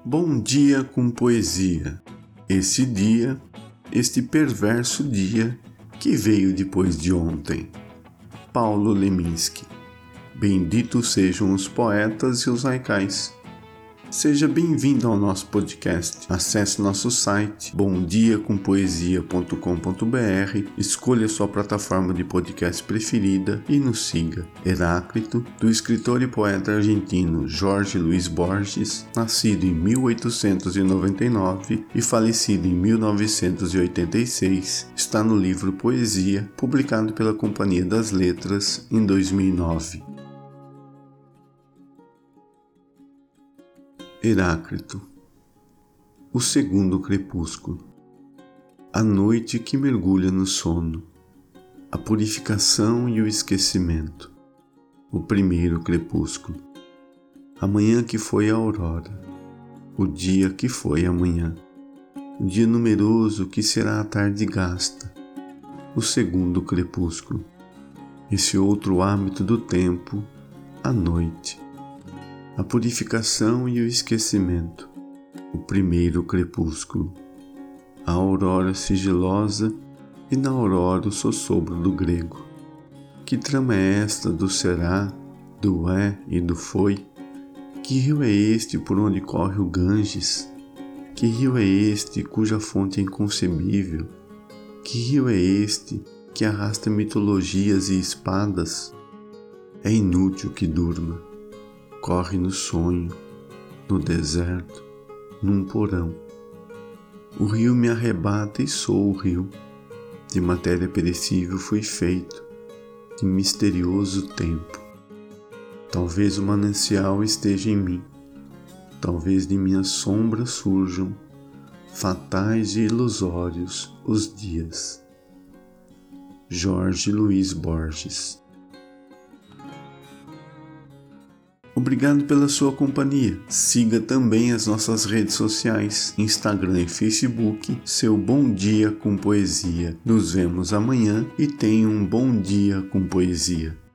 Bom dia com poesia. Esse dia, este perverso dia que veio depois de ontem. Paulo Leminski. Benditos sejam os poetas e os haikais. Seja bem-vindo ao nosso podcast. Acesse nosso site bomdiacompoesia.com.br, escolha sua plataforma de podcast preferida e nos siga. Heráclito, do escritor e poeta argentino Jorge Luis Borges, nascido em 1899 e falecido em 1986, está no livro Poesia, publicado pela Companhia das Letras em 2009. Heráclito. O segundo crepúsculo. A noite que mergulha no sono. A purificação e o esquecimento. O primeiro crepúsculo. A manhã que foi a aurora. O dia que foi amanhã. O dia numeroso que será a tarde gasta. O segundo crepúsculo. Esse outro hábito do tempo, a noite. A purificação e o esquecimento, o primeiro crepúsculo, a aurora sigilosa e na aurora o sossobro do grego. Que trama é esta do será, do é e do foi? Que rio é este por onde corre o Ganges? Que rio é este cuja fonte é inconcebível? Que rio é este que arrasta mitologias e espadas? É inútil que durma. Corre no sonho, no deserto, num porão. O rio me arrebata e sou o rio. De matéria perecível fui feito, de misterioso tempo. Talvez o manancial esteja em mim, talvez de minha sombra surjam, fatais e ilusórios, os dias. Jorge Luis Borges. Obrigado pela sua companhia. Siga também as nossas redes sociais, Instagram e Facebook, seu Bom Dia com Poesia. Nos vemos amanhã e tenha um bom dia com poesia.